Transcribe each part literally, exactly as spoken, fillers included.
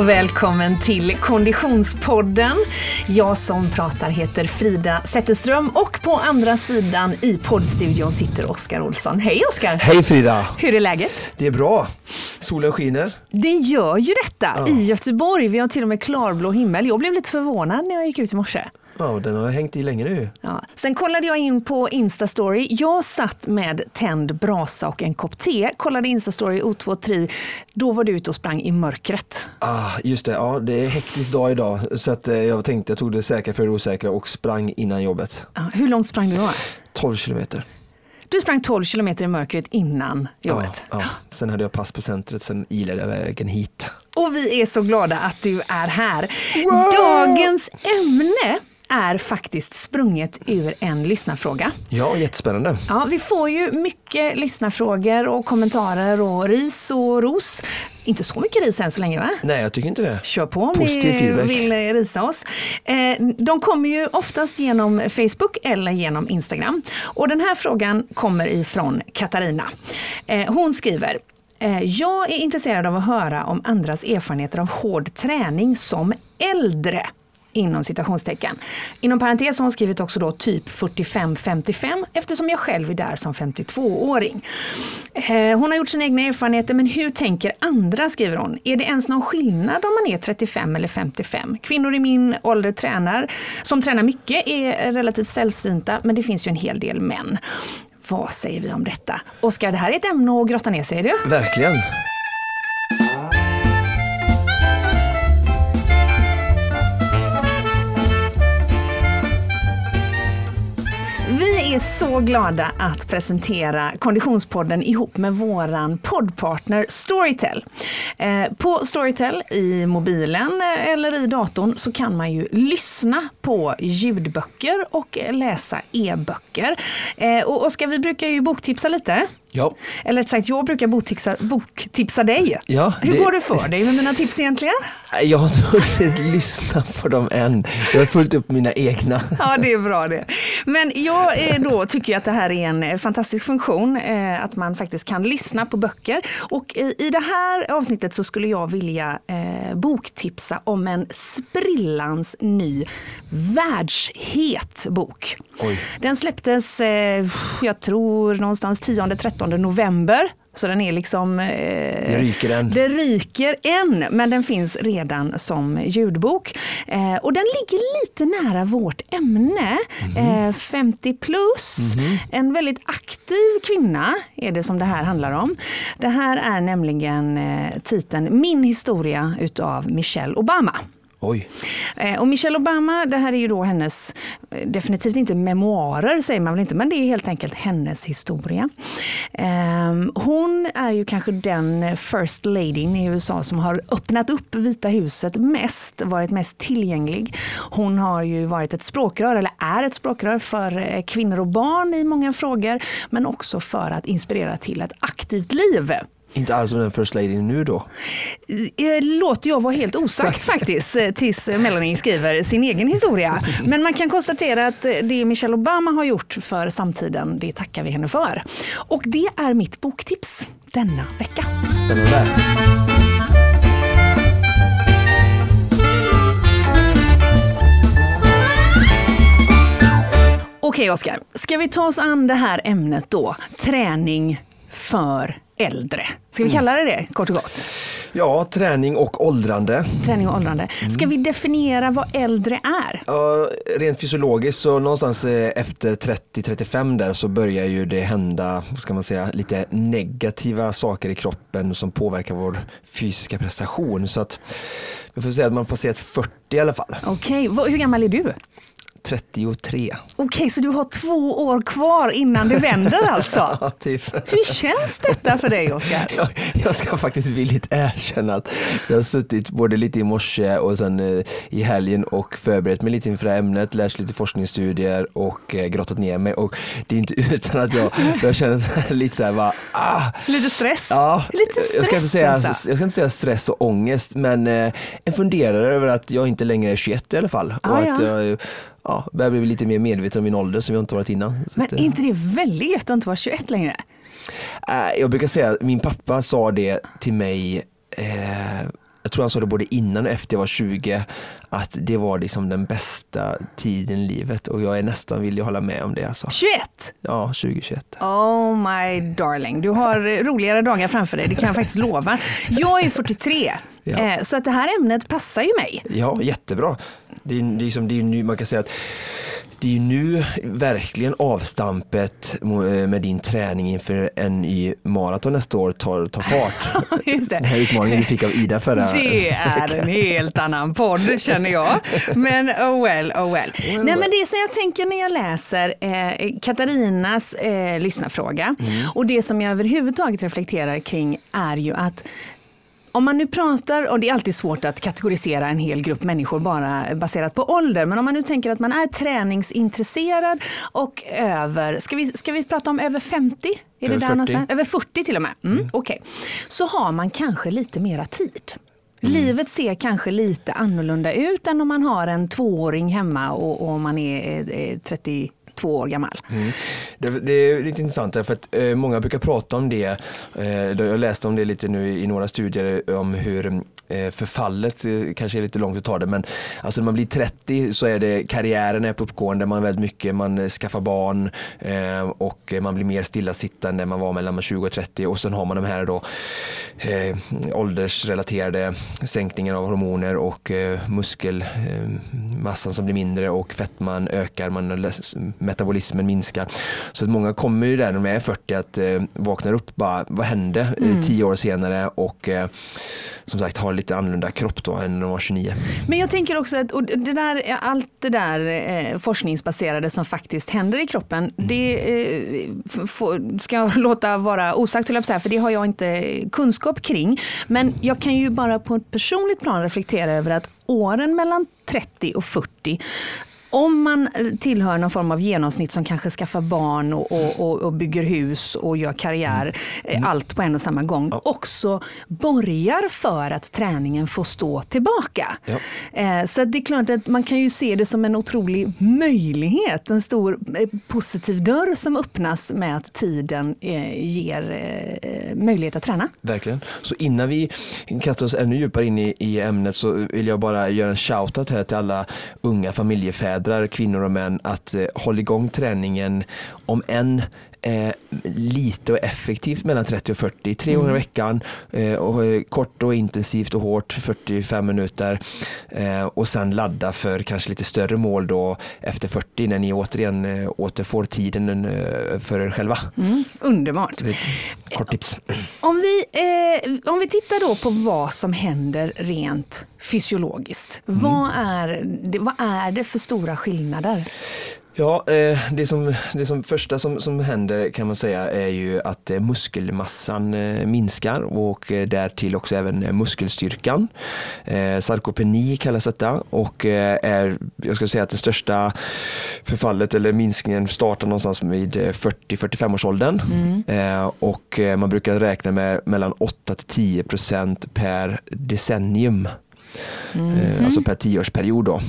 och välkommen till Konditionspodden. Jag som pratar heter Frida Zetterström och på andra sidan i poddstudion sitter Oskar Olsson. Hej Oskar! Hej Frida! Hur är läget? Det är bra. Solen skiner. Det gör ju detta Ja. i Göteborg. Vi har till och med klarblå himmel. Jag blev lite förvånad när jag gick ut i morse. Ja, den har hängt i länge nu. Ja. Sen kollade jag in på Instastory. Jag satt med tänd brasa och en kopp te. Kollade Instastory O två tre. Då var du ute och sprang i mörkret. Ah, just det. Ja, det är hektisk dag idag. Så att, eh, jag tänkte jag tog det säkra för det osäkra och sprang innan jobbet. Ja. Hur långt sprang du då? tolv kilometer. Du sprang tolv kilometer i mörkret innan jobbet. Ja, ja. Sen hade jag pass på centret, sen ilade jag vägen hit. Och vi är så glada att du är här. Wow! Dagens ämne är faktiskt sprunget ur en lyssnarfråga. Ja, jättespännande. Ja, vi får ju mycket lyssnarfrågor och kommentarer och ris och ros. Inte så mycket ris än så länge, va? Nej, jag tycker inte det. Kör på om Positiv ni feedback. vill risa oss. De kommer ju oftast genom Facebook eller genom Instagram. Och den här frågan kommer ifrån Katarina. Hon skriver: jag är intresserad av att höra om andras erfarenheter av hård träning som äldre. Inom citationstecken. Inom parentes har hon skrivit också då typ fyrtiofem femtiofem eftersom jag själv är där som femtiotvååring. Eh, hon har gjort sina egna erfarenheter, men hur tänker andra, skriver hon. Är det ens någon skillnad om man är trettiofem eller femtiofem? Kvinnor i min ålder tränar, som tränar mycket är relativt sällsynta, men det finns ju en hel del män. Vad säger vi om detta? Oskar, det här är ett ämne att grotta ner, säger du? Verkligen. Vi är så glada att presentera Konditionspodden ihop med våran poddpartner Storytel. Eh, på Storytel i mobilen eller i datorn så kan man ju lyssna på ljudböcker och läsa e-böcker. Eh, och Oskar, vi brukar ju boktipsa lite. Ja. Eller rätt sagt, jag brukar boktipsa, boktipsa dig. Ja, Hur det... går det för dig med mina tips egentligen? Jag har inte hunnit lyssna på dem än. Jag har fullt upp mina egna. Ja, det är bra det. Men jag eh, då tycker att det här är en fantastisk funktion. Eh, att man faktiskt kan lyssna på böcker. Och i, i det här avsnittet så skulle jag vilja eh, boktipsa om en sprillans ny världshet bok. Oj. Den släpptes, eh, jag tror någonstans tionde trettonde november. Så den är liksom... Eh, det ryker än. Det ryker än, men den finns redan som ljudbok. Eh, och den ligger lite nära vårt ämne. Mm-hmm. Eh, femtio plus. Mm-hmm. En väldigt aktiv kvinna är det som det här handlar om. Det här är nämligen eh, titeln Min historia utav Michelle Obama. Oj. Och Michelle Obama, det här är ju då hennes, definitivt inte memoarer säger man väl inte, men det är helt enkelt hennes historia. Hon är ju kanske den first lady i U S A som har öppnat upp Vita huset mest, varit mest tillgänglig. Hon har ju varit ett språkrör, eller är ett språkrör för kvinnor och barn i många frågor, men också för att inspirera till ett aktivt liv. Inte alls som den first lady nu då. Låter jag vara helt osagt Exakt. faktiskt tills Melanie skriver sin egen historia. Men man kan konstatera att det Michelle Obama har gjort för samtiden, det tackar vi henne för. Och det är mitt boktips denna vecka. Spännande. Okej Oskar, ska vi ta oss an det här ämnet då? Träning för äldre. Ska vi kalla det det, kort och gott? Ja, träning och åldrande. Träning och åldrande. Ska vi definiera vad äldre är? Ja, rent fysiologiskt så någonstans efter trettio till trettiofem där så börjar ju det hända, ska man säga, lite negativa saker i kroppen som påverkar vår fysiska prestation. Så att vi får säga att man har passerat fyrtio i alla fall. Okej, okay. Hur gammal är du? trettiotre. Okej, okay, så du har två år kvar innan det vänder alltså? Ja, typ. Hur känns detta för dig, Oskar? Jag, jag ska faktiskt villigt erkänna att jag har suttit både lite i morse och sen eh, i helgen och förberett mig lite inför det här ämnet, läst lite forskningsstudier och eh, grottat ner mig. Och det är inte utan att jag, jag känner så här, lite så här bara, ah. Lite stress? Ja, lite stress, jag ska inte säga, alltså. jag ska inte säga stress och ångest, men eh, en funderare över att jag inte längre är tjugoett i alla fall. Ah, och ja. att jag ja, börjar bli lite mer medveten om min ålder som jag inte varit innan. Men att, är inte det väldigt gött att inte vara tjugoett längre? Äh, jag brukar säga att min pappa sa det till mig, eh, jag tror han sa det både innan och efter jag var tjugo, att det var liksom den bästa tiden i livet, och jag är nästan villig att hålla med om det. Alltså. tjugoett? Ja, tjugo tjugoett. Oh my darling, du har roligare dagar framför dig, det kan jag faktiskt lova. Jag är fyrtiotre, ja. Så att det här ämnet passar ju mig. Ja, jättebra. Det är, det är, liksom, det är nu, man kan säga att det är ju nu verkligen avstampet med din träning inför en ny maraton nästa år tar, tar fart. Just det. Den här utmaningen vi fick av Ida förra Det är en helt annan podd, känner jag. Men oh well, oh well. well Nej, men det som jag tänker när jag läser eh, Katarinas eh, lyssnarfråga mm. och det som jag överhuvudtaget reflekterar kring är ju att om man nu pratar, och det är alltid svårt att kategorisera en hel grupp människor bara baserat på ålder, men om man nu tänker att man är träningsintresserad och över, ska vi, ska vi prata om över femtio? Är över det där fyrtio. Någonstans? Över fyrtio till och med. Mm, mm. Okej. Okay. Så har man kanske lite mera tid. Mm. Livet ser kanske lite annorlunda ut än om man har en tvååring hemma och, och man är, är trettio två år gammal. Mm. Det, det är lite intressant för att eh, många brukar prata om det. Eh, jag läste om det lite nu i några studier om hur eh, förfallet eh, kanske är lite långt att ta det, men alltså när man blir trettio så är det karriären är på uppgående, man väldigt mycket, man skaffar barn eh, och man blir mer stillasittande än man var mellan tjugo och trettio, och sen har man de här då eh, åldersrelaterade sänkningen av hormoner och eh, muskelmassan eh, som blir mindre och fettman ökar, man metabolismen minskar. Så att många kommer ju där när de är fyrtio att eh, vaknar upp bara, vad hände mm. eh, tio år senare och eh, som sagt har lite annorlunda kropp då än när de var tjugonio. Men jag tänker också att och det där, allt det där eh, forskningsbaserade som faktiskt händer i kroppen, mm. det eh, f- ska jag låta vara osagt, för det har jag inte kunskap kring. Men jag kan ju bara på ett personligt plan reflektera över att åren mellan trettio och fyrtio, om man tillhör någon form av genomsnitt som kanske skaffar barn och, och, och bygger hus och gör karriär, mm. allt på en och samma gång, ja. också borgar för att träningen får stå tillbaka. Ja. Eh, så det är klart att man kan ju se det som en otrolig möjlighet, en stor eh, positiv dörr som öppnas med att tiden eh, ger eh, möjlighet att träna. Verkligen. Så innan vi kastar oss ännu djupare in i, i ämnet så vill jag bara göra en shoutout här till alla unga familjefäder, kvinnor och män, att eh, hålla igång träningen om en eh, lite och effektivt mellan trettio och fyrtio, tre gånger i veckan eh, och eh, kort och intensivt och hårt fyrtiofem minuter eh, och sen ladda för kanske lite större mål då efter fyrtio när ni återigen eh, återfår tiden eh, för er själva. Mm, underbart. Kort tips. Om vi, eh, om vi tittar då på vad som händer rent fysiologiskt. Mm. Vad är det, vad är det för stora skillnader? Ja, eh, det som det som första som, som händer kan man säga är ju att eh, muskelmassan eh, minskar och eh, därtill också även eh, muskelstyrkan. Eh, sarkopeni kallas detta och eh, är, jag ska säga att det största förfallet eller minskningen startar någonstans vid fyrtio till fyrtiofem års åldern. Mm. Eh, och eh, man brukar räkna med mellan åtta till tio procent per decennium. Mm. Alltså per tioårsperiod då.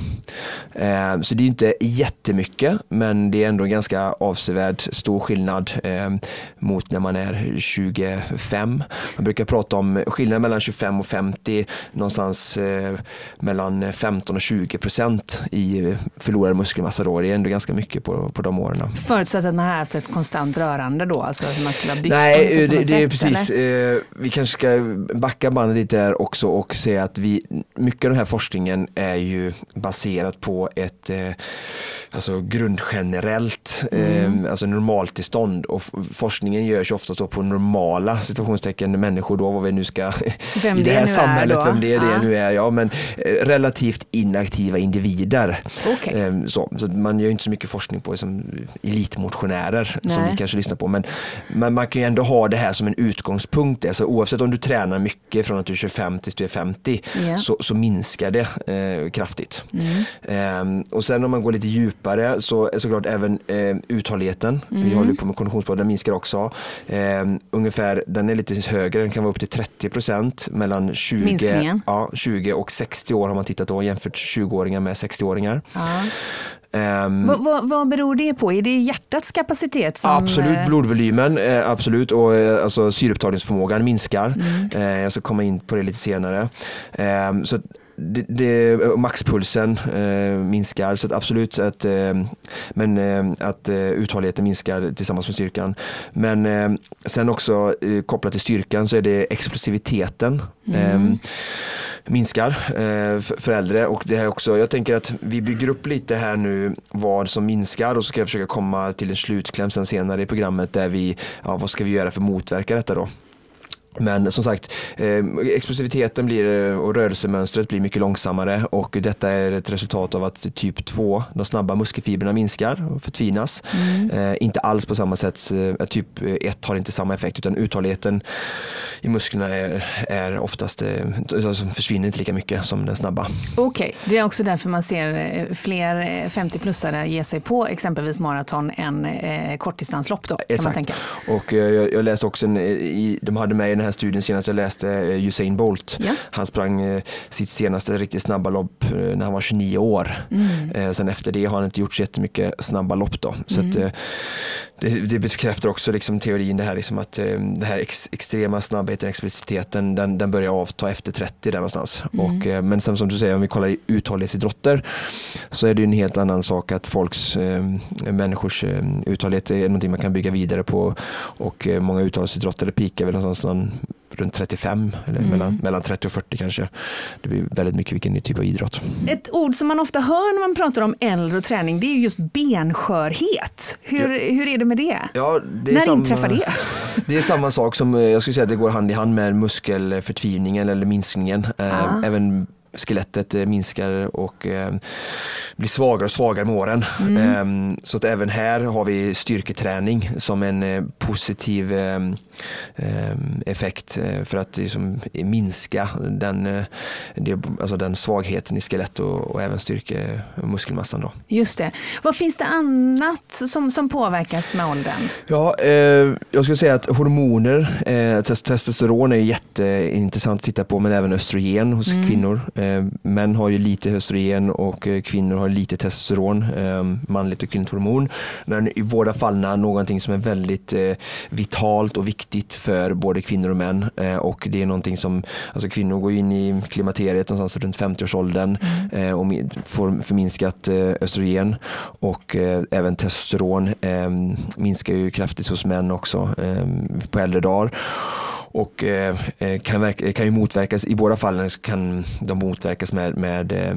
Så det är ju inte jättemycket, men det är ändå en ganska avsevärd stor skillnad mot när man är tjugofem. Man brukar prata om skillnaden mellan tjugofem och femtio, någonstans mellan femton och tjugo procent i förlorad muskelmassa då. Det är ändå ganska mycket på, på de åren. Förutsatt att man har haft ett konstant rörande då, alltså att man skulle ha byggt. Nej, det, det är precis. Eller? Vi kanske ska backa bandet lite där också och säga att vi mycket av den här forskningen är ju baserat på ett eh, alltså grundgenerellt mm. eh, alltså normaltillstånd, och forskningen görs oftast då på normala situationstecken människor då, vad vi nu ska vem i det här det samhället, är vem det, ja. det nu är, ja, men eh, relativt inaktiva individer. Okay. Eh, så, så man gör inte så mycket forskning på som elitmotionärer Nej. som vi kanske lyssnar på, men, men man kan ju ändå ha det här som en utgångspunkt, alltså oavsett om du tränar mycket från att du är tjugofem tills du är femtio yeah. så, så minskar det eh, kraftigt. Mm. Um, och sen om man går lite djupare så är såklart även uh, uthålligheten. Mm. Vi håller på med konditionspodden, den minskar också. Um, ungefär, den är lite högre, den kan vara upp till trettio procent mellan tjugo, ja, tjugo och sextio år har man tittat då, jämfört tjugo-åringar med sextio-åringar. Ja. Um, vad, vad, vad beror det på? Är det hjärtats kapacitet? Som, absolut, blodvolymen, eh, absolut, och eh, alltså, syreupptagningsförmågan minskar. Mm. Eh, jag ska komma in på det lite senare. Eh, så det, det, maxpulsen eh, minskar, så att absolut att, eh, men, eh, att eh, uthålligheten minskar tillsammans med styrkan. Men eh, sen också eh, kopplat till styrkan så är det explosiviteten. Mm. Eh, minskar eh, för, för äldre, och det här också, jag tänker att vi bygger upp lite här nu vad som minskar, och så ska jag försöka komma till en slutkläm sen senare i programmet där vi, ja, vad ska vi göra för att motverka detta då? Men som sagt, eh, explosiviteten blir, och rörelsemönstret blir mycket långsammare, och detta är ett resultat av att typ två, de snabba muskelfibrerna minskar och förtvinas. Mm. Eh, inte alls på samma sätt, eh, typ ett har inte samma effekt, utan uthålligheten i musklerna är, är oftast, eh, alltså försvinner inte lika mycket som den snabba. Okej, okay. Det är också därför man ser fler femtio-plussare ge sig på exempelvis maraton än eh, kortdistanslopp då, kan Exakt. Man tänka. Och eh, jag, jag läste också, en, i, de hade med den här studien senast jag läste uh, Usain Bolt. Ja. Han sprang uh, sitt senaste riktigt snabba lopp uh, när han var tjugonio år. Mm. Uh, sen efter det har han inte gjort så jättemycket snabba lopp då. Så mm. att, uh, det, det bekräftar också liksom teorin det här, liksom att uh, det här ex, extrema snabbheten, explosiviteten, den, den börjar avta efter trettio där någonstans. Mm. Och, uh, men som, som du säger, om vi kollar i uthållighetsidrotter så är det en helt annan sak att folks, uh, människors uh, uthållighet är någonting man kan bygga vidare på, och uh, många uthållighetsidrotter pikar väl någonstans runt trettiofem eller mm. mellan, mellan trettio och fyrtio kanske. Det blir väldigt mycket vilken typ av idrott. Ett ord som man ofta hör när man pratar om äldre och träning, det är ju just benskörhet. Hur, ja. hur är det med det? Ja, det är när samma, inträffar det? Det är samma sak som, jag skulle säga att det går hand i hand med muskelförtvinningen eller minskningen. Ah. Även skelettet minskar och eh, blir svagare och svagare med åren. Mm. Eh, så att även här har vi styrketräning som en eh, positiv eh, eh, effekt eh, för att liksom, minska den, eh, det, alltså den svagheten i skelett och, och även styrke och muskelmassan då. Just det. Vad finns det annat som, som påverkas med åldern? Ja, eh, jag skulle säga att hormoner, eh, testosteron är jätteintressant att titta på, men även östrogen hos mm. kvinnor. Män har ju lite östrogen och kvinnor har lite testosteron, manligt och kvinnligt hormon. Men i båda fallen någonting som är väldigt vitalt och viktigt för både kvinnor och män. Och det är någonting som, alltså kvinnor går in i klimakteriet någonstans runt femtio-årsåldern mm. och får förminskat östrogen, och även testosteron minskar ju kraftigt hos män också på äldre dagar. Och eh, kan, verka, kan ju motverkas, i båda fallen kan de motverkas med, med eh,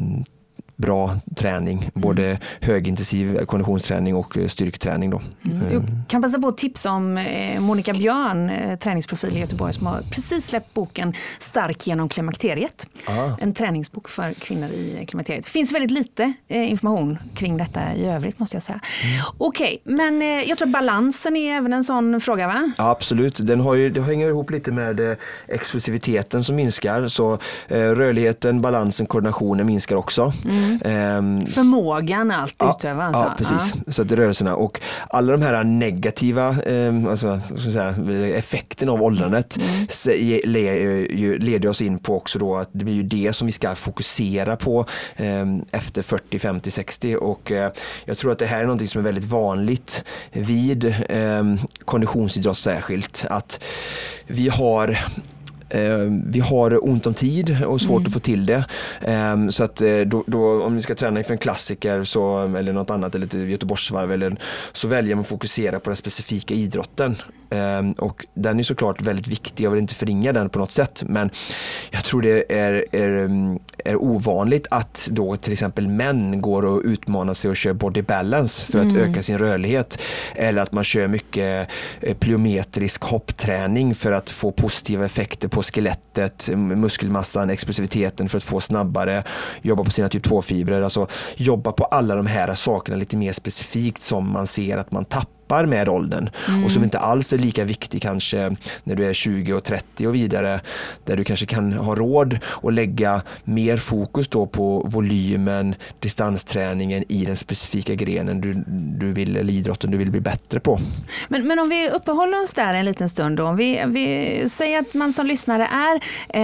bra träning, mm. både högintensiv konditionsträning och styrketräning då. Mm. Jag kan passa på att tipsa om eh, Monica Björn, eh, träningsprofil i Göteborg, som har precis släppt boken Stark genom klimakteriet. Ah. En träningsbok för kvinnor i klimakteriet. Det finns väldigt lite eh, information kring detta i övrigt, måste jag säga. Mm. Okej, okay, men eh, jag tror att balansen är även en sån fråga, va? Ja, absolut. Den har ju, det hänger ihop lite med eh, explosiviteten som minskar, så eh, rörligheten, balansen, koordinationen minskar också. Mm. Um, Förmågan allt ja, utöva alltså. Ja, precis. Ja. Så att rörelserna och alla de här negativa um, alltså, ska säga, effekterna av åldrandet mm. leder, leder oss in på också då att det blir ju det som vi ska fokusera på um, efter fyrtio, femtio, sextio, och uh, jag tror att det här är någonting som är väldigt vanligt vid um, konditionsidrott särskilt, att vi har vi har ont om tid och svårt mm. att få till det. Så att då, då, om vi ska träna inför en klassiker så, eller något annat, eller ett Göteborgsvarv, eller, så väljer man att fokusera på den specifika idrotten. Och den är såklart väldigt viktig, jag vill inte förringa den på något sätt, men jag tror det är, är, är ovanligt att då till exempel män går och utmanar sig och kör body balance för att mm. öka sin rörlighet, eller att man kör mycket plyometrisk hoppträning för att få positiva effekter på skelettet, muskelmassan, explosiviteten, för att få snabbare, jobba på sina typ två-fibrer, alltså jobba på alla de här sakerna lite mer specifikt som man ser att man tappar tappar med åldern mm. och som inte alls är lika viktig kanske när du är tjugo och trettio och vidare, där du kanske kan ha råd att lägga mer fokus då på volymen, distansträningen i den specifika grenen du, du vill, eller idrotten du vill bli bättre på. Men, men om vi uppehåller oss där en liten stund då, om vi, vi säger att man som lyssnare är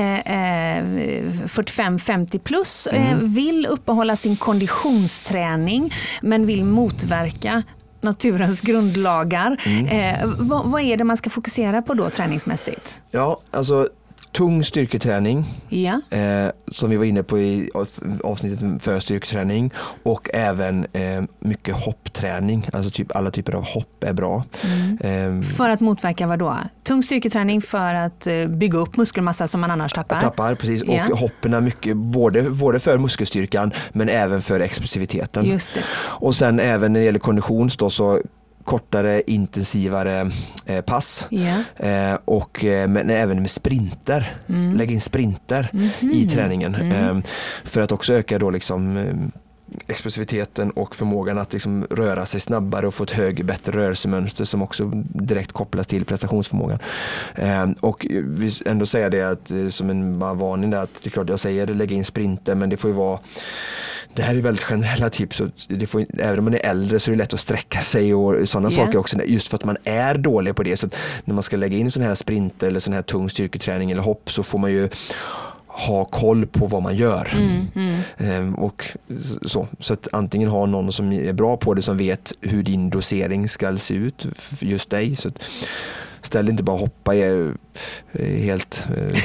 eh, fyrtiofem femtio plus, mm. eh, vill uppehålla sin konditionsträning men vill motverka naturens grundlagar. Mm. Eh, vad, vad är det man ska fokusera på då träningsmässigt? Ja, alltså tung styrketräning ja. eh, som vi var inne på i avsnittet för styrketräning, och även eh, mycket hoppträning, alltså typ alla typer av hopp är bra. Mm. Eh, för att motverka vad då? Tung styrketräning för att eh, bygga upp muskelmassa som man annars tappar? Tappar, precis. Ja. Och hoppen är mycket både, både för muskelstyrkan men även för explosiviteten. Just det. Och sen även när det gäller kondition då, så kortare, intensivare eh, pass yeah. eh, och eh, men även med sprinter. Mm. Lägg in sprinter mm-hmm. i träningen mm. eh, för att också öka då liksom eh, explosiviteten och förmågan att liksom röra sig snabbare och få ett högre, bättre rörelsemönster som också direkt kopplas till prestationsförmågan. Eh, och vi ändå säga det att som en bara varning där, att det är klart jag säger det, lägga in sprinter, men det får ju vara, det här är väldigt generella tips, och det får, även om man är äldre så är det lätt att sträcka sig och sådana yeah. saker också, just för att man är dålig på det. Så att när man ska lägga in sån här sprinter eller sån här tung styrketräning eller hopp, så får man ju ha koll på vad man gör. Mm, mm. Ehm, och så, så att antingen ha någon som är bra på det, som vet hur din dosering ska se ut för just dig. Så att, ställ inte bara hoppa är helt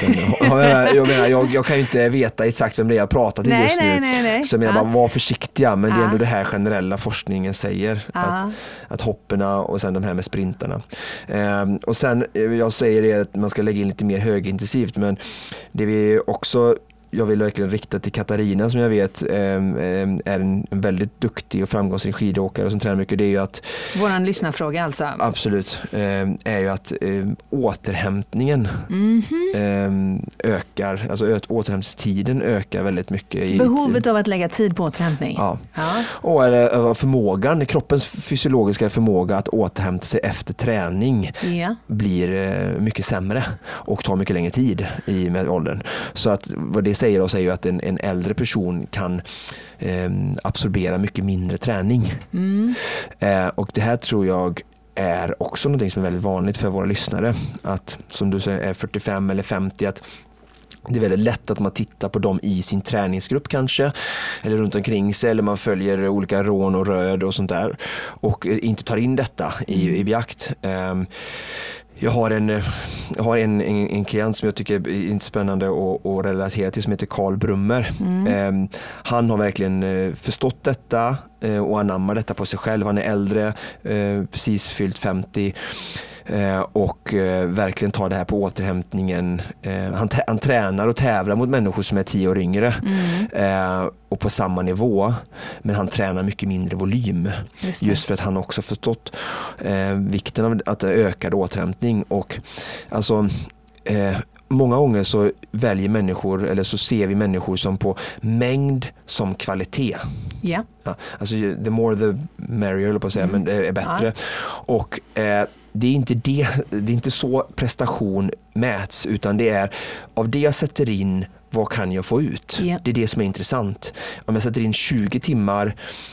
jag, menar, jag, jag kan ju inte veta exakt vem det är jag pratar till nej, just nej, nu nej, nej. så jag menar ja. bara var försiktiga, men ja. det är ändå det här generella forskningen säger ja. att, att hopperna och sen de här med sprintarna ehm, och sen jag säger det att man ska lägga in lite mer högintensivt, men det vi också jag vill verkligen rikta till Katarina, som jag vet eh, är en väldigt duktig och framgångsrik skidåkare som tränar mycket. Det är ju att våran lyssnarfråga alltså. Absolut. Eh, är ju att eh, återhämtningen mm-hmm. eh, ökar. Alltså ö- återhämtningstiden ökar väldigt mycket. Behovet i, av att lägga tid på återhämtning. Ja. ja. Och eller, förmågan, kroppens fysiologiska förmåga att återhämta sig efter träning ja. blir eh, mycket sämre och tar mycket längre tid i med åldern. Så att vad det säger oss är ju att en, en äldre person kan eh, absorbera mycket mindre träning. Mm. Eh, och det här tror jag är också något som är väldigt vanligt för våra lyssnare. Att som du säger är fyrtiofem eller femtio, att det är väldigt lätt att man tittar på dem i sin träningsgrupp kanske, eller runt omkring sig, eller man följer olika rån och röd och sånt där och inte tar in detta i, i beakt. Eh, Jag har en, jag har en, en, en klient som jag tycker är spännande att, att relatera till, som heter Carl Brummer. Mm. Eh, han har verkligen eh, förstått detta eh, och anammar detta på sig själv. Han är äldre, eh, precis fyllt femtio. Eh, och eh, verkligen tar det här på återhämtningen. Eh, han, t- han tränar och tävlar mot människor som är tio år yngre mm. eh, och på samma nivå, men han tränar mycket mindre volym just, just för att han också förstått eh, vikten av att öka återhämtning. Och alltså eh, många gånger så väljer människor, eller så ser vi människor som på mängd som kvalitet. Yeah. Ja, alltså the more the merrier, på att säga, mm. men det är bättre. Ja. Och eh, det är inte det, det är inte så prestation mäts, utan det är av det jag sätter in, vad kan jag få ut? Yeah. Det är det som är intressant. Om jag sätter in tjugo timmar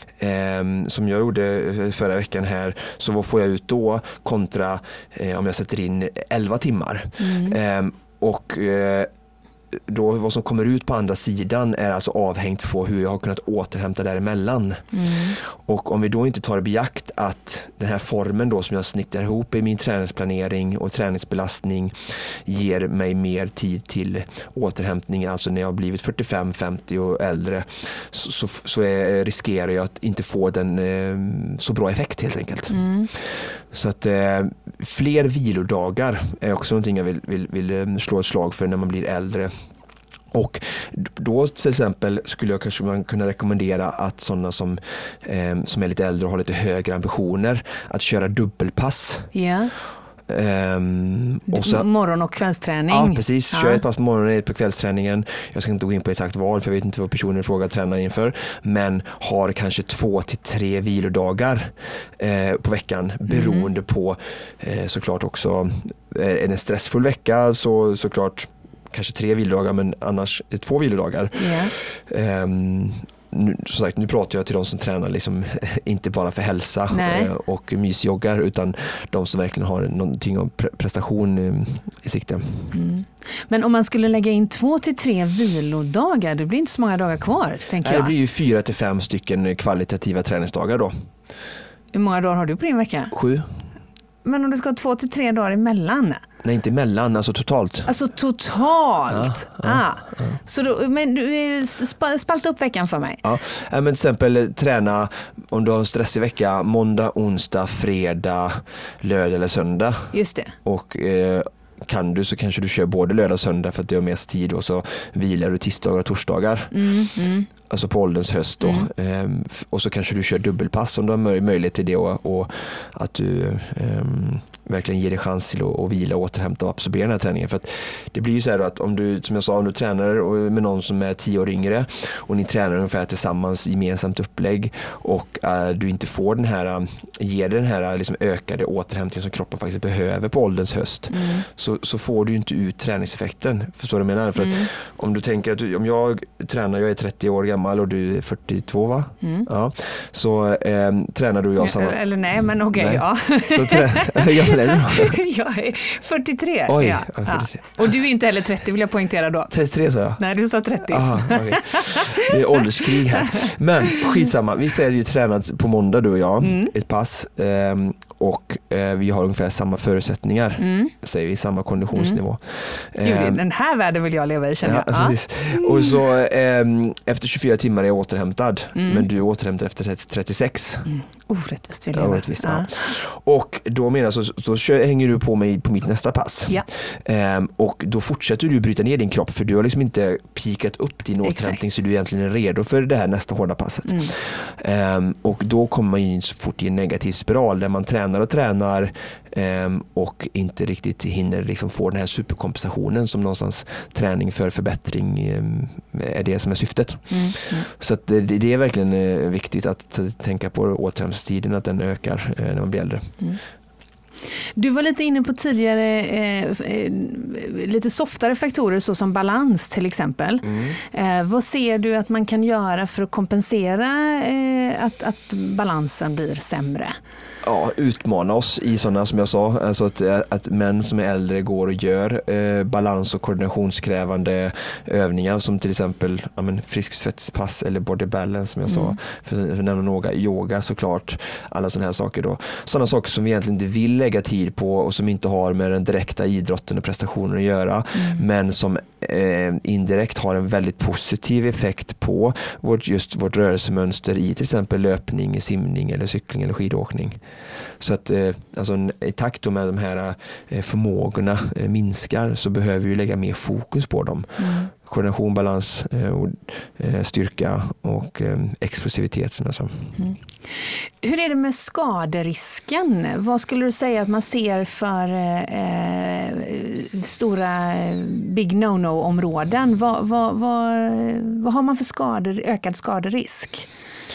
eh, som jag gjorde förra veckan här, så vad får jag ut då kontra eh, om jag sätter in elva timmar? Mm. Eh, och eh, då vad som kommer ut på andra sidan är alltså avhängt på hur jag har kunnat återhämta däremellan. Mm. Och om vi då inte tar i beakt att den här formen då som jag snickrar ihop i min träningsplanering och träningsbelastning ger mig mer tid till återhämtning, alltså när jag har blivit fyrtiofem femtio och äldre, så, så, så är, riskerar jag att inte få den eh, så bra effekt helt enkelt. Mm. Så att eh, fler vilodagar är också någonting jag vill, vill, vill slå ett slag för när man blir äldre. Och då till exempel skulle jag kanske man kunna rekommendera att sådana som, eh, som är lite äldre och har lite högre ambitioner att köra dubbelpass. Yeah. Um, och så, morgon- och kvällsträning. Ja, precis. Kör ja. ett pass på morgonen, ett på kvällsträningen. Jag ska inte gå in på exakt val för jag vet inte vad personen frågar tränar inför. Men har kanske två till tre vilodagar eh, på veckan beroende mm. på eh, såklart också eh, är det en stressfull vecka så såklart kanske tre vilodagar men annars två vilodagar. Yeah. Um, Nu, som sagt, nu pratar jag till de som tränar liksom, inte bara för hälsa eh, och mysjoggar utan de som verkligen har någonting om pre- prestation eh, i sikte. Mm. Men om man skulle lägga in två till tre vilodagar, det blir inte så många dagar kvar, tänker Nej, jag. Det blir ju fyra till fem stycken kvalitativa träningsdagar då. Hur många dagar har du på din vecka? Sju. Men om du ska ha två till tre dagar emellan? Nej, inte emellan, alltså totalt. Alltså totalt? Ja, ja, ah. ja. Så då, men du spalta upp veckan för mig. Ja, men till exempel träna om du har en stressig vecka, måndag, onsdag, fredag, lördag eller söndag. Just det. Och eh, kan du så kanske du kör både lördag och söndag för att du har mest tid och så vilar du tisdagar och torsdagar. Mm, mm. Alltså på ålderns höst då. Mm. Ehm, och så kanske du kör dubbelpass om du har möj- möjlighet till det och, och att du ehm, verkligen ger dig chans till att, att vila, återhämta och absorbera den här träningen. För att det blir ju så här att om du, som jag sa, om du tränar med någon som är tio år yngre och ni tränar ungefär tillsammans gemensamt upplägg och äh, du inte får den här, ger den här liksom ökade återhämtning som kroppen faktiskt behöver på ålderns höst mm. så, så får du inte ut träningseffekten. Förstår du vad jag menar? För mm. att om du tänker att du, om jag tränar, jag är trettio år gammal och du är fyrtiotvå va? Mm. Ja. Så eh, tränar du och jag samma... Eller nej, men okej, okay, ja. Så trä... Jag är fyrtiotre. Oj, ja. jag är fyrtiotre. Ja. Och du är inte heller trettio vill jag poängtera då. trettiotre sa jag. Nej, du sa trettio. Aha, okay. Det är ålderskrig här. Men skitsamma, vi säger att vi tränat på måndag du och jag, mm. ett pass eh, och eh, vi har ungefär samma förutsättningar, mm. säger vi, samma konditionsnivå. Mm. Gud, eh, den här världen vill jag leva i, känner ja, jag. Precis. Mm. Och så eh, efter tjugofyra timmar är jag återhämtad, mm. men du är återhämtad efter trettiosex. Mm. Orättvist vill jag. Ja, orättvist, ja. Ja. Och då menar så, så kör, hänger du på mig på mitt nästa pass. Ja. Ehm, och då fortsätter du bryta ner din kropp för du har liksom inte pikat upp din Exakt. återhämtning så du är egentligen redo för det här nästa hårda passet. Mm. Ehm, och då kommer man ju så fort i en negativ spiral där man tränar och tränar ehm, och inte riktigt hinner liksom få den här superkompensationen som någonstans träning för förbättring ehm, är det som är syftet. Mm. Mm. Så att det, det är verkligen eh, viktigt att tänka på återhämtningstiden, att den ökar eh, när man blir äldre. Mm. Du var lite inne på tidigare eh, eh, lite softare faktorer så som balans till exempel. Mm. Eh, vad ser du att man kan göra för att kompensera eh, att, att balansen blir sämre? Ja, utmana oss i sådana som jag sa, alltså att, att män som är äldre går och gör eh, balans- och koordinationskrävande övningar som till exempel ja, men, frisk-svettspass eller body balance som jag mm. sa, för, för att nämna några, yoga såklart, alla sådana här saker då. Sådana saker som vi egentligen inte vill lägga tid på och som inte har med den direkta idrotten och prestationen att göra, mm. men som eh, indirekt har en väldigt positiv effekt på vårt, just vårt rörelsemönster i till exempel löpning, simning eller cykling eller skidåkning. Så att eh, alltså, i takt med de här eh, förmågorna eh, minskar så behöver vi lägga mer fokus på dem. Mm. Koordination, balans, eh, och, eh, styrka och eh, explosivitet som jag sa. Mm. Hur är det med skaderisken? Vad skulle du säga att man ser för eh, stora big no-no-områden? Vad, vad, vad, vad har man för skador, ökad skaderisk?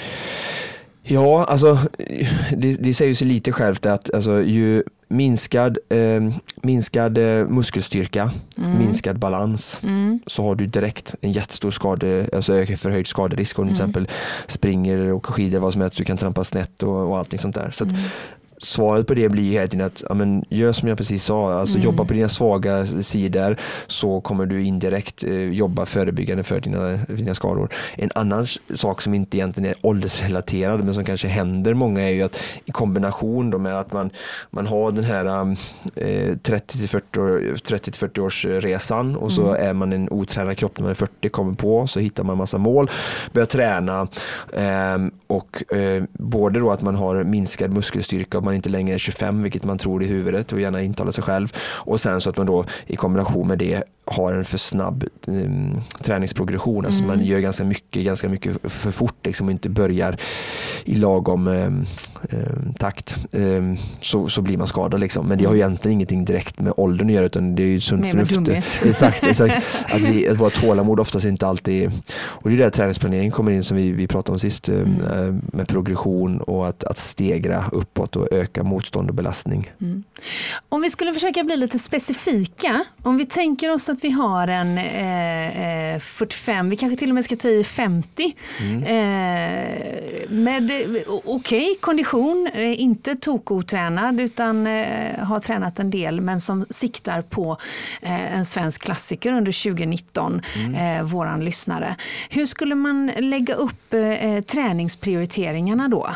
Ja, alltså det, det säger ju sig lite självt att alltså, ju minskad, eh, minskad eh, muskelstyrka, mm. minskad balans, mm. så har du direkt en jättestor skade, alltså förhöjd skaderisk om du mm. till exempel springer och skidor, vad som är att du kan trampa snett och, och allting sånt där. Så att, mm. svaret på det blir hela tiden att ja, men, gör som jag precis sa, alltså mm. jobba på dina svaga sidor så kommer du indirekt eh, jobba förebyggande för dina, dina skador. En annan sak som inte egentligen är åldersrelaterad men som kanske händer många är ju att i kombination då med att man, man har den här eh, trettio till fyrtio års resan och så mm. är man en otränad kropp när man är fyrtio, kommer på, så hittar man massa mål, börjar träna eh, och eh, både då att man har minskad muskelstyrka och man inte längre är tjugofem, vilket man tror i huvudet och gärna intala sig själv, och sen så att man då i kombination med det har en för snabb um, träningsprogression. Alltså mm. man gör ganska mycket, ganska mycket för fort liksom, och inte börjar i lagom um, um, takt. Um, så, så blir man skadad liksom. Men det har ju egentligen ingenting direkt med åldern att göra, utan det är ju sunt förnuft. Exakt, exakt. Att, vi, att våra tålamod oftast inte alltid... Och det är där träningsplanering kommer in som vi, vi pratade om sist, mm. med progression och att, att stegra uppåt och öka motstånd och belastning. Mm. Om vi skulle försöka bli lite specifika, om vi tänker oss att vi har en eh, fyrtiofem, vi kanske till och med ska ta i femtio, mm. eh, med okej okay, kondition, eh, inte tokotränad utan eh, har tränat en del men som siktar på eh, en svensk klassiker under tjugonitton, mm. eh, våran lyssnare. Hur skulle man lägga upp eh, träningsprioriteringarna då?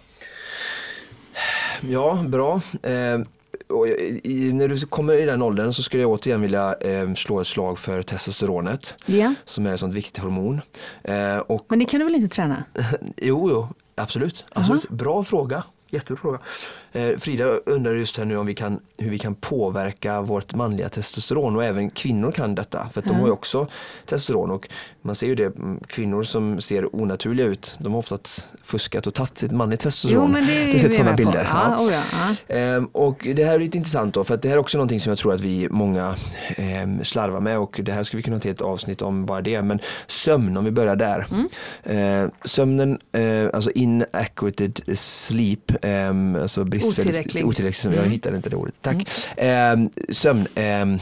Ja, bra. Eh, och i, när du kommer i den åldern så skulle jag återigen vilja eh, slå ett slag för testosteronet, yeah. som är ett sånt viktigt hormon. Eh, och, Men det kan du väl inte träna? jo, jo, absolut. absolut. Uh-huh. Bra fråga. Jättebra fråga. Eh, Frida undrar just här nu om vi kan, hur vi kan påverka vårt manliga testosteron, och även kvinnor kan detta, för att mm. de har ju också testosteron, och man ser ju det, kvinnor som ser onaturliga ut, de har ofta fuskat och tagit sitt manligt testosteron. Jo, men det är ju sett sådana bilder. Ja, oh ja, ja. Eh, och det här är lite intressant då, för att det här är också någonting som jag tror att vi många eh, slarvar med, och det här skulle vi kunna ta ett avsnitt om bara det, men sömn, om vi börjar där. Mm. Eh, sömnen, eh, alltså inadequate sleep, eh, alltså otillräcklig. Otillräcklig, mm. jag hittade inte det ordet. Tack. Mm. Eh, sömn eh,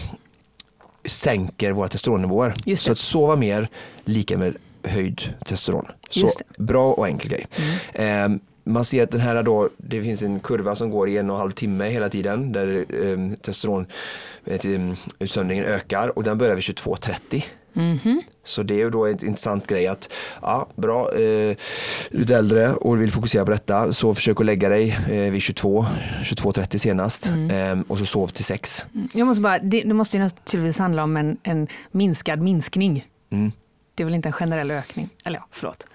sänker våra testosteronnivåer. Så att sova mer lika med höjd testosteron. Så bra och enkel grej. Mm. Eh, man ser att den här då, det finns en kurva som går i en och en halv timme hela tiden där eh, testosteron eh, utsöndringen ökar, och den börjar vid tjugotvå trettio. Mm-hmm. Så det är ju då en intressant grej att ja, bra, eh, du är äldre och vill fokusera på detta, så försök att lägga dig eh, vid tjugotvå trettio senast, mm. eh, och så sov till sex. Jag måste bara, det, det måste ju naturligtvis handla om en, en minskad minskning. Mm. Det är väl inte en generell ökning? Eller ja, förlåt.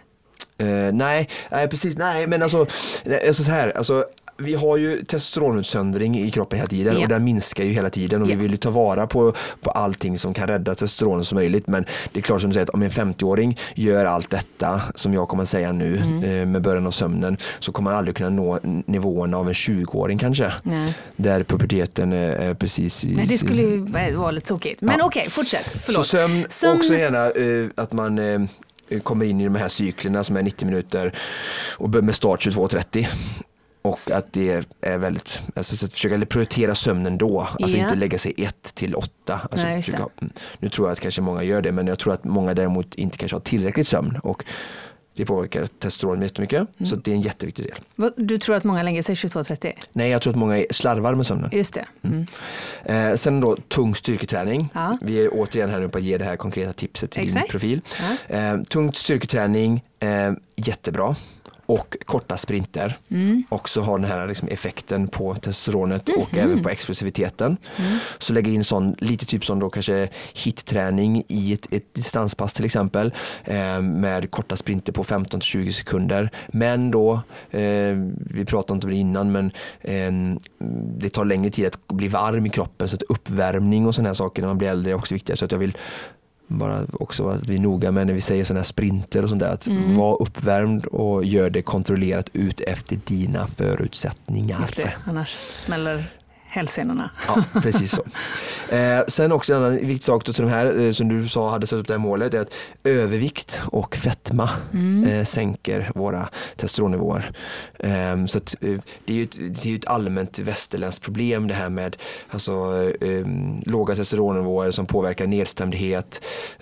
Uh, nej, nej, precis, nej, men alltså, alltså så här, alltså vi har ju testosteronutsöndring i kroppen hela tiden, yeah. och den minskar ju hela tiden, och yeah. vi vill ju ta vara på, på allting som kan rädda testosteronen som möjligt, men det är klart som du säger att om en femtio-åring gör allt detta som jag kommer att säga nu mm. eh, med början av sömnen, så kommer man aldrig kunna nå nivåerna av en tjugo-åring kanske, nej. Där puberteten är, är precis i... Nej, det skulle ju vara lite tokigt, men ja. okej, okay, fortsätt, förlåt. Så sömn, sömn... också gärna eh, att man eh, kommer in i de här cyklerna som är nittio minuter och med start tjugotvå trettio. Och att det är väldigt, alltså så att försöka prioritera sömnen då, alltså yeah. inte lägga sig ett till åtta. Alltså Nej, försöka, nu tror jag att kanske många gör det, men jag tror att många däremot inte kanske har tillräckligt sömn, och det påverkar testosteron jättemycket, mm. så det är en jätteviktig del. Du tror att många lägger sig tjugotvå trettio? Nej, jag tror att många slarvar med sömnen. Just det. Mm. Mm. Eh, sen då tung styrketräning. Ja. Vi är återigen här nu på att ge det här konkreta tipset till Exakt. din profil. Ja. Eh, tung styrketräning, eh, jättebra. Och korta sprinter. Mm. Också har den här liksom effekten på testosteronet mm. och även på explosiviteten. Mm. Så lägga in sån, lite typ som då kanske hitträning i ett, ett distanspass till exempel. Eh, med korta sprinter på femton till tjugo sekunder. Men då, eh, vi pratade inte om det innan, men eh, det tar längre tid att bli varm i kroppen. Så att uppvärmning och sådana här saker när man blir äldre är också viktiga. Så att jag vill bara också att vi är noga med när vi säger sådana här sprinter och sånt där, att mm. vara uppvärmd och gör det kontrollerat ut efter dina förutsättningar. Just det, annars smäller hälsenorna. Ja, precis så. Eh, sen också en annan viktig sak till de här, eh, som du sa hade satt upp det här målet, är att övervikt och fetma mm. eh, sänker våra testosteronnivåer. Eh, så att, eh, det är ju ett, det är ju ett allmänt västerländskt problem det här med alltså, eh, låga testosteronnivåer som påverkar nedstämdhet,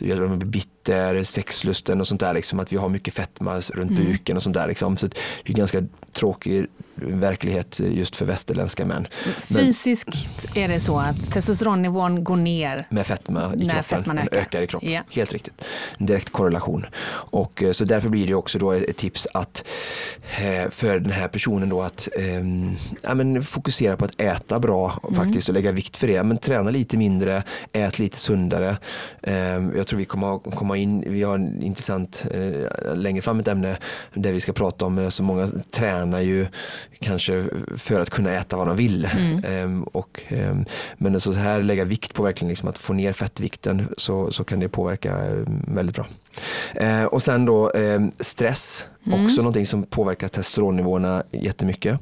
bitter, sexlusten och sånt där, liksom, att vi har mycket fetma runt mm. buken och sånt där. Liksom. Så det är ganska tråkig verklighet just för västerländska män. Fysiskt är det så att testosteronnivån går ner med fetma i kroppen, fetman ökar. ökar i kroppen. Yeah. Helt riktigt. En direkt korrelation. Och så därför blir det också då ett tips att för den här personen då att ähm, ja, men fokusera på att äta bra mm. faktiskt och lägga vikt för det. Men träna lite mindre, ät lite sundare. Ähm, jag tror vi kommer, kommer komma in, vi har en intressant eh, längre fram ett ämne där vi ska prata om, så många tränar ju kanske för att kunna äta vad de vill. Mm. Ehm, och, ehm, men så här lägga vikt på verkligen liksom att få ner fettvikten, så, så kan det påverka eh, väldigt bra. Eh, och sen då eh, stress, mm. också någonting som påverkar testosteronnivåerna jättemycket.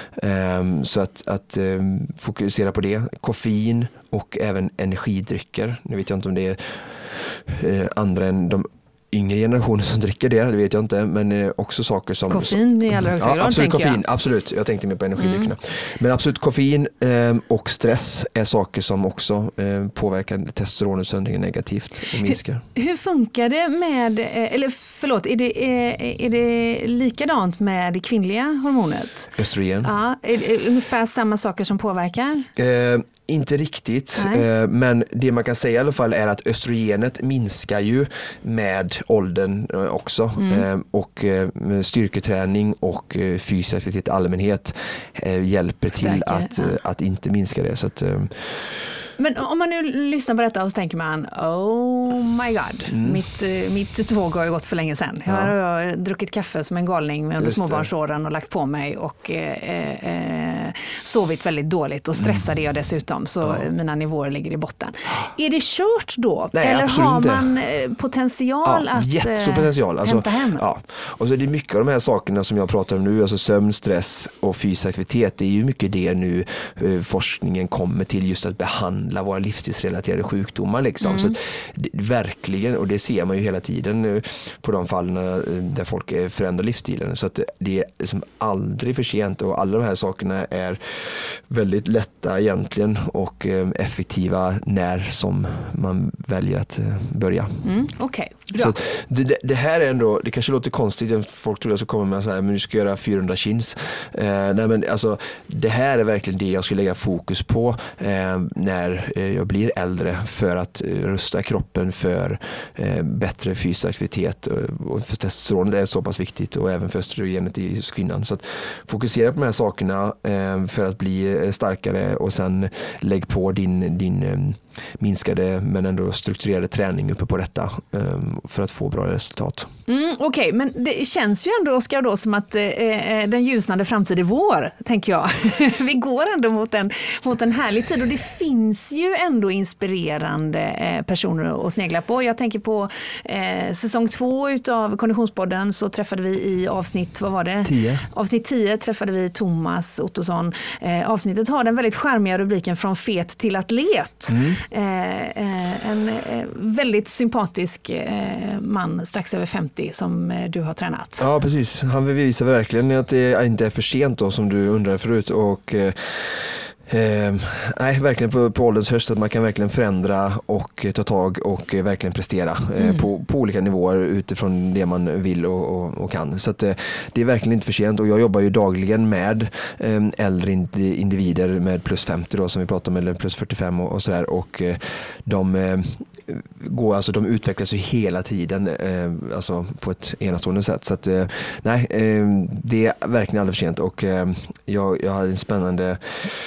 Eh, så att, att eh, fokusera på det. Koffein och även energidrycker. Nu vet jag inte om det är eh, andra än de yngre generationer som dricker det, det vet jag inte, men eh, också saker som koffein i allra högsta grad, ja, absolut, tänker koffein, jag. Absolut, jag tänkte mer på energidryckerna. Mm. Men absolut, koffein eh, och stress är saker som också eh, påverkar testosteronutsöndringen negativt och minskar. Hur, hur funkar det med, eller förlåt, är det, är, är det likadant med det kvinnliga hormonet? Östrogen. Ja, är det ungefär samma saker som påverkar? Eh, inte riktigt, eh, men det man kan säga i alla fall är att östrogenet minskar ju med åldern eh, också. Mm. Eh, och eh, styrketräning och eh, fysisk aktivitet i allmänhet eh, hjälper Stärker, till att, ja. eh, att inte minska det. Så att, eh, Men om man nu lyssnar på detta och så tänker man, oh my god, mm. mitt, mitt tåg har ju gått för länge sedan. Jag har ja. jag druckit kaffe som en galning under Just småbarnsåren och lagt på mig och eh, eh, sovit väldigt dåligt och stressade mm. jag dessutom, så ja. mina nivåer ligger i botten. Är det kört då? Nej, eller har inte. man potential ja, att jättestor potential. Alltså, hämta hem? Ja. Och så är det mycket av de här sakerna som jag pratar om nu, alltså sömn, stress och fysisk aktivitet, det är ju mycket det nu eh, forskningen kommer till, just att behandla våra livsstilsrelaterade sjukdomar liksom. Mm. Så att, det, verkligen, och det ser man ju hela tiden på de fallen där folk förändrar livsstilen, så att det är liksom aldrig för sent, och alla de här sakerna är väldigt lätta egentligen och effektiva när som man väljer att börja. Mm, Okej, okay. Så det, det här är ändå, det kanske låter konstigt, folk tror jag så kommer med så här, men du ska göra fyrahundra chins. Eh, nej men alltså, det här är verkligen det jag skulle lägga fokus på eh, när jag blir äldre, för att rusta kroppen för eh, bättre fysisk aktivitet, och, och för testosteron det är så pass viktigt, och även för östrogenet i kvinnan. Så att fokusera på de här sakerna eh, för att bli starkare, och sen lägg på din, din eh, minskade men ändå strukturerade träning uppe på detta eh, för att få bra resultat. Mm, Okej, okay. Men det känns ju ändå, Oskar, då som att eh, den ljusnande framtid är vår, tänker jag. Vi går ändå mot en, mot en härlig tid, och det finns ju ändå inspirerande eh, personer att snegla på. Jag tänker på eh, säsong två utav Konditionspodden, så träffade vi i avsnitt, vad var det? tio. Avsnitt tio träffade vi Thomas Ottosson. Eh, avsnittet har den väldigt charmiga rubriken Från fet till atlet. Mm. Eh, eh, en eh, väldigt sympatisk eh, man strax över femtio som eh, du har tränat. Ja, precis. Han bevisar verkligen att det inte är för sent då, som du undrade förut, och eh, Eh, nej, verkligen på, på ålderns höst, att man kan verkligen förändra och ta tag och eh, verkligen prestera eh, mm. på, på olika nivåer utifrån det man vill och, och, och kan. Så att, eh, det är verkligen inte för sent, och jag jobbar ju dagligen med eh, äldre individer med plus femtio då, som vi pratar om, eller plus fyrtiofem och, och sådär, och eh, de eh, går, alltså de utvecklas ju hela tiden eh, alltså på ett enastående sätt. Så att, eh, nej, eh, det är verkligen aldrig för sent, och eh, jag, jag har en spännande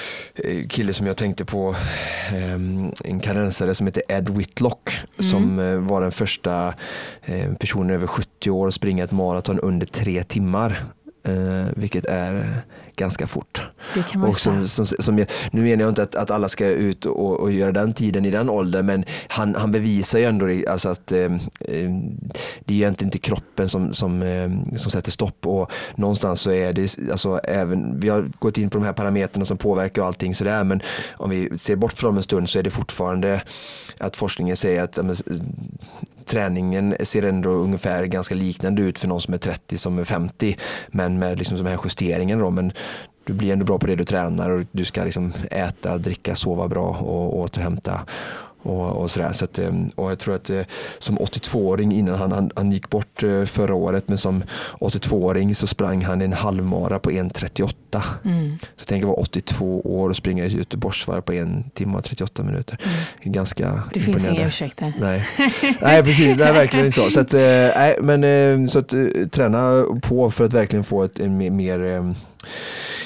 kille som jag tänkte på, eh, en kanadensare som heter Ed Whitlock, mm. som eh, var den första eh, personen över sjuttio år att springa ett maraton under tre timmar. Uh, vilket är ganska fort. Det kan man och som, som, som jag, nu menar jag inte att, att alla ska ut och, och göra den tiden i den åldern, men han, han bevisar ju ändå alltså att uh, det är egentligen inte kroppen som, som, uh, som sätter stopp, och någonstans så är det alltså, även, vi har gått in på de här parametrarna som påverkar och allting sådär, men om vi ser bort från en stund så är det fortfarande att forskningen säger att uh, träningen ser ändå ungefär ganska liknande ut för någon som är trettio som är femtio, men med liksom de här justeringarna då, men du blir ändå bra på det du tränar, och du ska liksom äta, dricka, sova bra och återhämta och, och sådär. Så att, och jag tror att som åttiotvååring, innan han, han, han gick bort förra året, men som åttiotvååring så sprang han en halvmara på en trettioåtta. Mm. Så tänk att vara åttiotvå år och springa i Göteborgsvarv på en timme och trettioåtta minuter. Mm. Ganska det finns inga ursäkter. Nej. Nej, precis. Det är verkligen inte så. Så att, nej, men så att träna på för att verkligen få ett en mer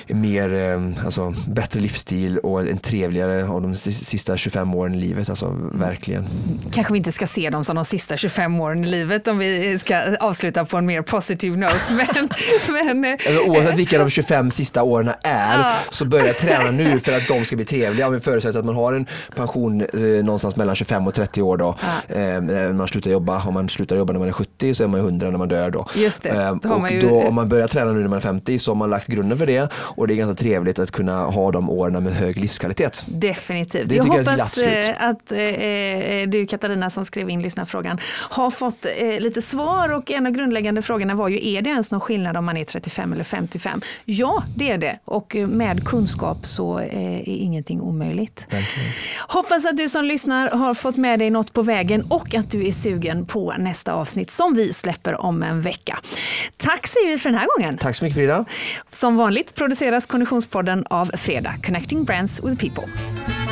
mer, eh, alltså, bättre livsstil och en trevligare av de sista tjugofem åren i livet, alltså verkligen. Kanske vi inte ska se dem som de sista tjugofem åren i livet om vi ska avsluta på en mer positiv note. Men, men, alltså, oavsett vilka de tjugofem sista åren är ja. så börja träna nu för att de ska bli trevliga. Om vi förutsätter att man har en pension eh, någonstans mellan tjugofem och trettio år då. Ja. Eh, när man slutar jobba. Om man slutar jobba när man är sjuttio så är man hundra när man dör då. Just det. Eh, då och man ju... då, om man börjar träna nu när man är femtio så har man lagt grunden för det och det är ganska trevligt att kunna ha de åren med hög livskvalitet. Definitivt. Det jag jag hoppas jag att eh, du Katarina som skrev in lyssnarfrågan har fått eh, lite svar och en av grundläggande frågorna var ju, är det ens någon skillnad om man är trettiofem eller femtiofem? Ja, det är det. Och med kunskap så eh, är ingenting omöjligt. Verkligen. Hoppas att du som lyssnar har fått med dig något på vägen och att du är sugen på nästa avsnitt som vi släpper om en vecka. Tack säger vi för den här gången. Tack så mycket Frida. Som vanligt produceras Konditionspodden av Fredag, Connecting Brands with People.